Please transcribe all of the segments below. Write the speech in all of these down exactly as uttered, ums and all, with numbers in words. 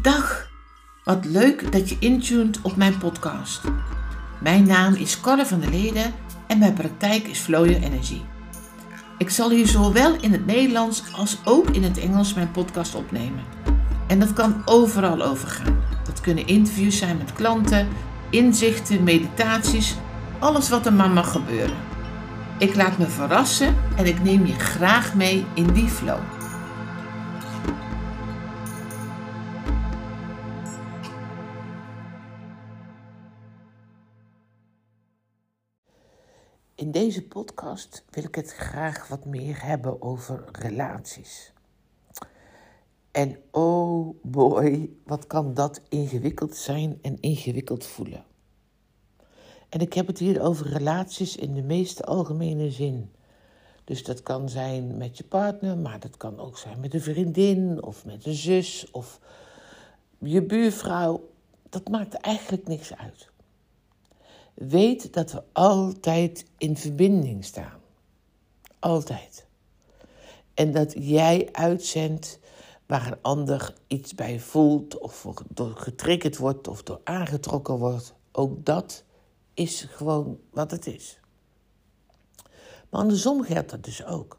Dag, wat leuk dat je intuned op mijn podcast. Mijn naam is Corre van der Leden en mijn praktijk is Flow Your Energy. Ik zal hier zowel in het Nederlands als ook in het Engels mijn podcast opnemen. En dat kan overal over gaan. Dat kunnen interviews zijn met klanten, inzichten, meditaties, alles wat er maar mag gebeuren. Ik laat me verrassen en ik neem je graag mee in die flow. In deze podcast wil ik het graag wat meer hebben over relaties. En oh boy, wat kan dat ingewikkeld zijn en ingewikkeld voelen. En ik heb het hier over relaties in de meest algemene zin. Dus dat kan zijn met je partner, maar dat kan ook zijn met een vriendin of met een zus of je buurvrouw. Dat maakt eigenlijk niks uit. Weet dat we altijd in verbinding staan. Altijd. En dat jij uitzendt waar een ander iets bij voelt of door getriggerd wordt of door aangetrokken wordt. Ook dat is gewoon wat het is. Maar andersom geldt dat dus ook.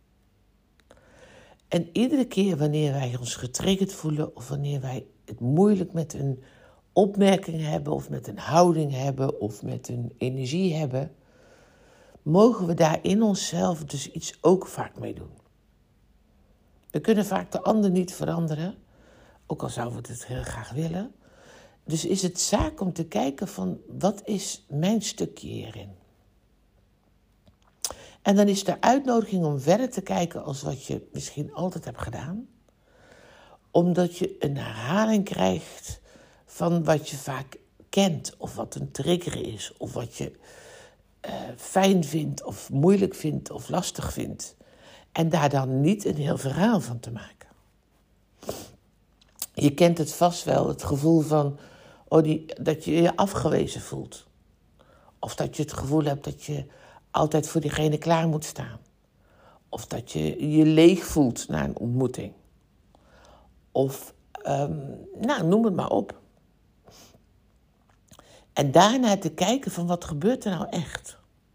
En iedere keer wanneer wij ons getriggerd voelen of wanneer wij het moeilijk met een opmerking hebben of met een houding hebben of met een energie hebben, mogen we daar in onszelf dus iets ook vaak mee doen. We kunnen vaak de ander niet veranderen, ook al zouden we het heel graag willen. Dus is het zaak om te kijken van wat is mijn stukje hierin? En dan is de uitnodiging om verder te kijken als wat je misschien altijd hebt gedaan. Omdat je een herhaling krijgt van wat je vaak kent of wat een trigger is of wat je uh, fijn vindt of moeilijk vindt of lastig vindt. En daar dan niet een heel verhaal van te maken. Je kent het vast wel, het gevoel van oh, die, dat je je afgewezen voelt. Of dat je het gevoel hebt dat je altijd voor diegene klaar moet staan. Of dat je je leeg voelt na een ontmoeting. Of, um, nou, noem het maar op. En daarna te kijken van wat gebeurt er nou echt.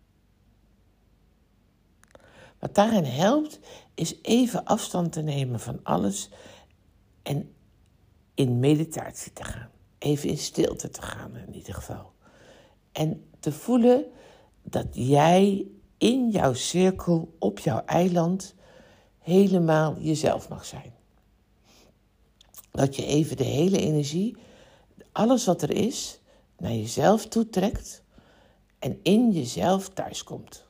Wat daarin helpt, is even afstand te nemen van alles en in meditatie te gaan. Even in stilte te gaan in ieder geval. En te voelen dat jij in jouw cirkel, op jouw eiland, helemaal jezelf mag zijn. Dat je even de hele energie, alles wat er is, naar jezelf toetrekt en in jezelf thuiskomt.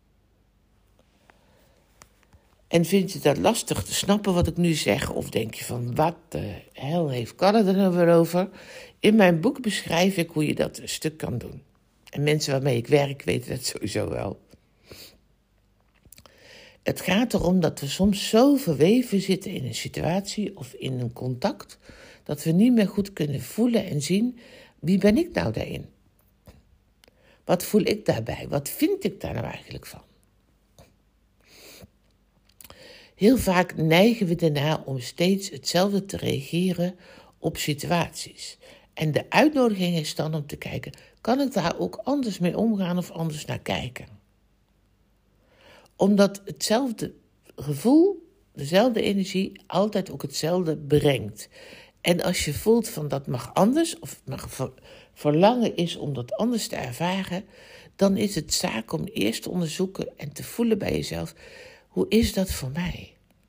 En vind je dat lastig te snappen wat ik nu zeg? Of denk je van, wat de hel heeft Carla er nou weer over? In mijn boek beschrijf ik hoe je dat een stuk kan doen. En mensen waarmee ik werk weten dat sowieso wel. Het gaat erom dat we soms zo verweven zitten in een situatie of in een contact, dat we niet meer goed kunnen voelen en zien, wie ben ik nou daarin? Wat voel ik daarbij? Wat vind ik daar nou eigenlijk van? Heel vaak neigen we daarna om steeds hetzelfde te reageren op situaties. En de uitnodiging is dan om te kijken, kan ik daar ook anders mee omgaan of anders naar kijken? Omdat hetzelfde gevoel, dezelfde energie, altijd ook hetzelfde brengt. En als je voelt van dat mag anders, of mag ver, verlangen is om dat anders te ervaren, dan is het zaak om eerst te onderzoeken en te voelen bij jezelf, hoe is dat voor mij?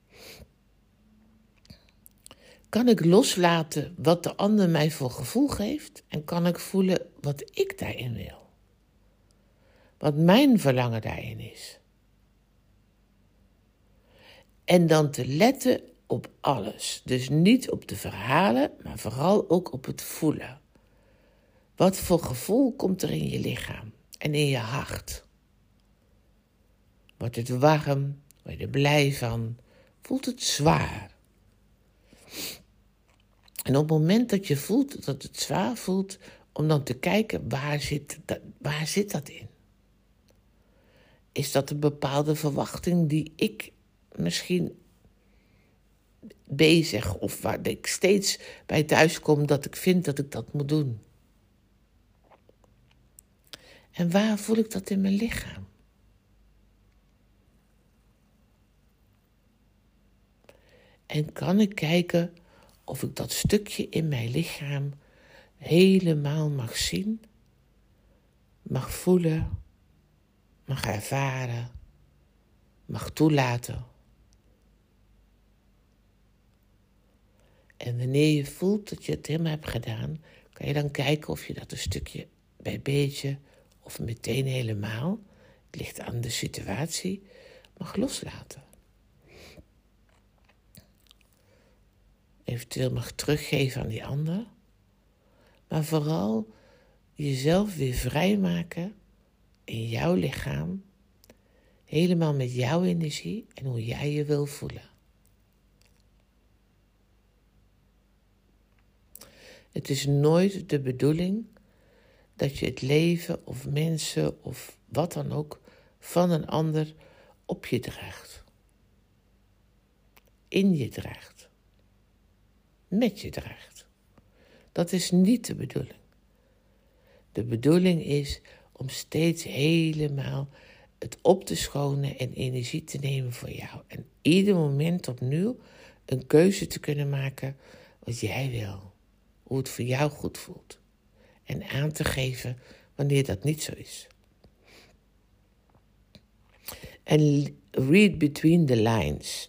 Kan ik loslaten wat de ander mij voor gevoel geeft en kan ik voelen wat ik daarin wil? Wat mijn verlangen daarin is? En dan te letten op alles. Dus niet op de verhalen, maar vooral ook op het voelen. Wat voor gevoel komt er in je lichaam en in je hart? Wordt het warm? Word je er blij van? Voelt het zwaar? En op het moment dat je voelt dat het zwaar voelt, om dan te kijken, waar zit dat, waar zit dat in? Is dat een bepaalde verwachting die ik misschien bezig of waar ik steeds bij thuis kom dat ik vind dat ik dat moet doen? En waar voel ik dat in mijn lichaam? En kan ik kijken of ik dat stukje in mijn lichaam helemaal mag zien, mag voelen, mag ervaren, mag toelaten. En wanneer je voelt dat je het helemaal hebt gedaan, kan je dan kijken of je dat een stukje bij beetje of meteen helemaal, het ligt aan de situatie, mag loslaten. Eventueel mag teruggeven aan die ander. Maar vooral jezelf weer vrijmaken in jouw lichaam. Helemaal met jouw energie en hoe jij je wil voelen. Het is nooit de bedoeling dat je het leven of mensen of wat dan ook van een ander op je draagt. In je draagt. Met je draagt. Dat is niet de bedoeling. De bedoeling is om steeds helemaal het op te schonen en energie te nemen voor jou. En ieder moment opnieuw een keuze te kunnen maken wat jij wil. Hoe het voor jou goed voelt. En aan te geven wanneer dat niet zo is. En read between the lines.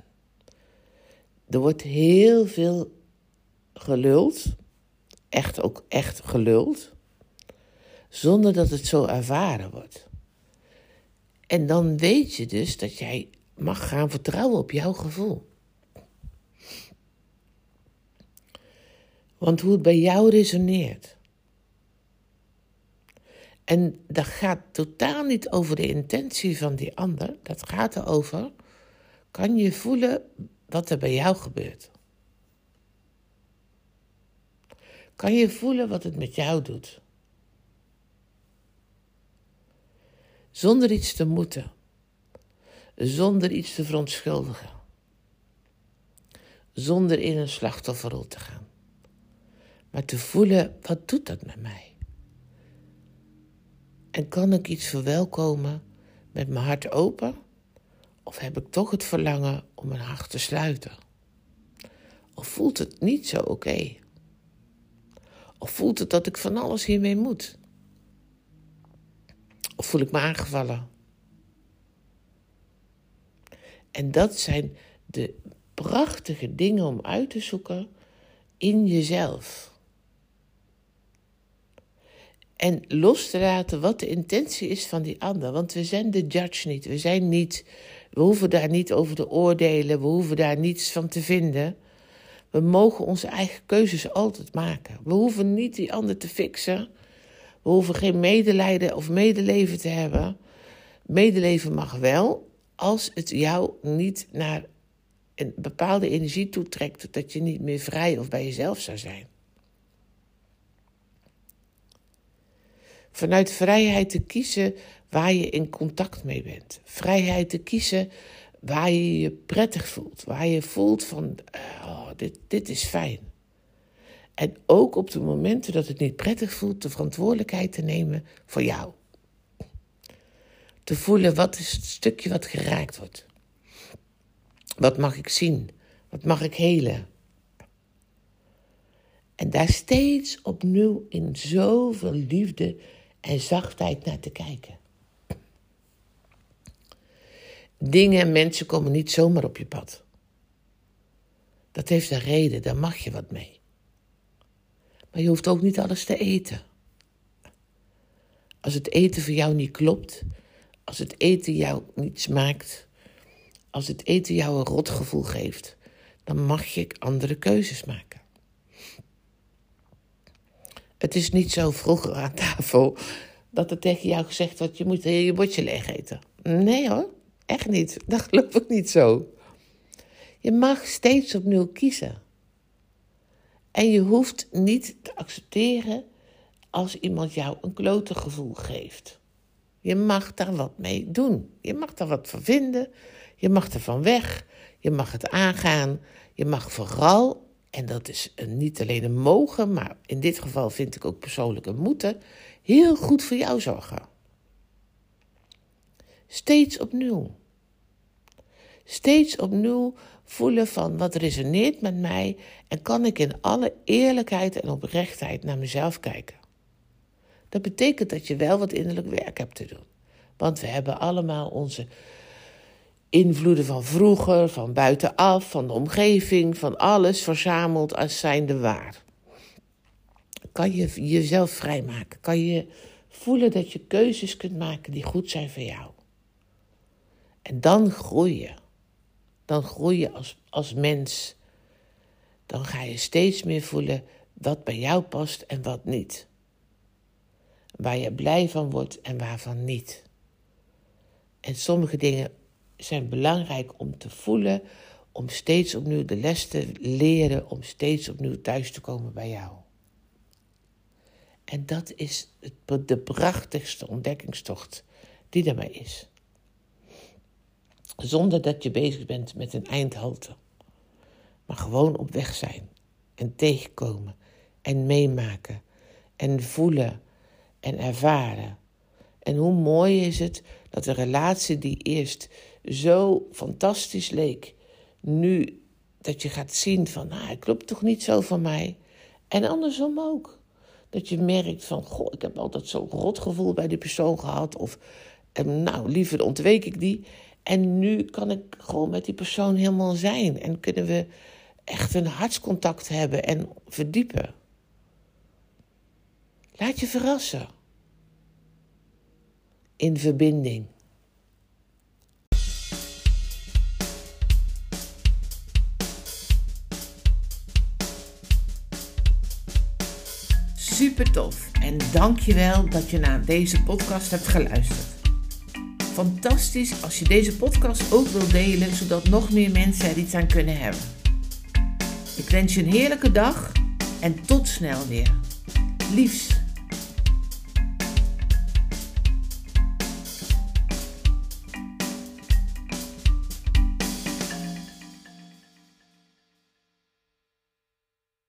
Er wordt heel veel geluld, echt ook echt geluld, zonder dat het zo ervaren wordt. En dan weet je dus dat jij mag gaan vertrouwen op jouw gevoel. Want hoe het bij jou resoneert. En dat gaat totaal niet over de intentie van die ander. Dat gaat erover, kan je voelen wat er bij jou gebeurt? Kan je voelen wat het met jou doet? Zonder iets te moeten. Zonder iets te verontschuldigen. Zonder in een slachtofferrol te gaan. Maar te voelen, wat doet dat met mij? En kan ik iets verwelkomen met mijn hart open? Of heb ik toch het verlangen om mijn hart te sluiten? Of voelt het niet zo oké? Okay? Of voelt het dat ik van alles hiermee moet? Of voel ik me aangevallen? En dat zijn de prachtige dingen om uit te zoeken in jezelf. En los te laten wat de intentie is van die ander. Want we zijn de judge niet. We zijn niet, we hoeven daar niet over te oordelen. We hoeven daar niets van te vinden. We mogen onze eigen keuzes altijd maken. We hoeven niet die ander te fixen. We hoeven geen medelijden of medeleven te hebben. Medeleven mag wel, als het jou niet naar een bepaalde energie toetrekt, dat je niet meer vrij of bij jezelf zou zijn. Vanuit vrijheid te kiezen waar je in contact mee bent. Vrijheid te kiezen waar je je prettig voelt. Waar je voelt van, oh, dit, dit is fijn. En ook op de momenten dat het niet prettig voelt, de verantwoordelijkheid te nemen voor jou. Te voelen, wat is het stukje wat geraakt wordt? Wat mag ik zien? Wat mag ik helen? En daar steeds opnieuw in zoveel liefde en zachtheid naar te kijken. Dingen en mensen komen niet zomaar op je pad. Dat heeft een reden, daar mag je wat mee. Maar je hoeft ook niet alles te eten. Als het eten voor jou niet klopt, als het eten jou niet smaakt, als het eten jou een rotgevoel geeft, dan mag je andere keuzes maken. Het is niet zo vroeger aan tafel dat er tegen jou gezegd wordt, je moet je bordje leeg eten. Nee hoor, echt niet. Dat geloof ik niet zo. Je mag steeds opnieuw kiezen. En je hoeft niet te accepteren als iemand jou een klote gevoel geeft. Je mag daar wat mee doen. Je mag daar wat van vinden. Je mag er van weg. Je mag het aangaan. Je mag vooral, en dat is een, niet alleen een mogen, maar in dit geval vind ik ook persoonlijk een moeten, heel goed voor jou zorgen. Steeds opnieuw. Steeds opnieuw voelen van wat resoneert met mij en kan ik in alle eerlijkheid en oprechtheid naar mezelf kijken. Dat betekent dat je wel wat innerlijk werk hebt te doen. Want we hebben allemaal onze invloeden van vroeger, van buitenaf, van de omgeving, van alles verzameld als zijnde waar. Kan je jezelf vrijmaken? Kan je voelen dat je keuzes kunt maken die goed zijn voor jou? En dan groei je. Dan groei je als, als mens. Dan ga je steeds meer voelen wat bij jou past en wat niet. Waar je blij van wordt en waarvan niet. En sommige dingen zijn belangrijk om te voelen, om steeds opnieuw de les te leren, om steeds opnieuw thuis te komen bij jou. En dat is het, de prachtigste ontdekkingstocht die er maar is. Zonder dat je bezig bent met een eindhalte. Maar gewoon op weg zijn. En tegenkomen. En meemaken. En voelen. En ervaren. En hoe mooi is het dat een relatie die eerst zo fantastisch leek. Nu dat je gaat zien van, nou, het klopt toch niet zo van mij. En andersom ook. Dat je merkt van, goh, ik heb altijd zo'n rotgevoel bij die persoon gehad. Of, nou, liever ontweek ik die. En nu kan ik gewoon met die persoon helemaal zijn. En kunnen we echt een hartscontact hebben en verdiepen. Laat je verrassen. In verbinding. Super tof. En dank je wel dat je naar deze podcast hebt geluisterd. Fantastisch als je deze podcast ook wilt delen, zodat nog meer mensen er iets aan kunnen hebben. Ik wens je een heerlijke dag en tot snel weer. Liefs.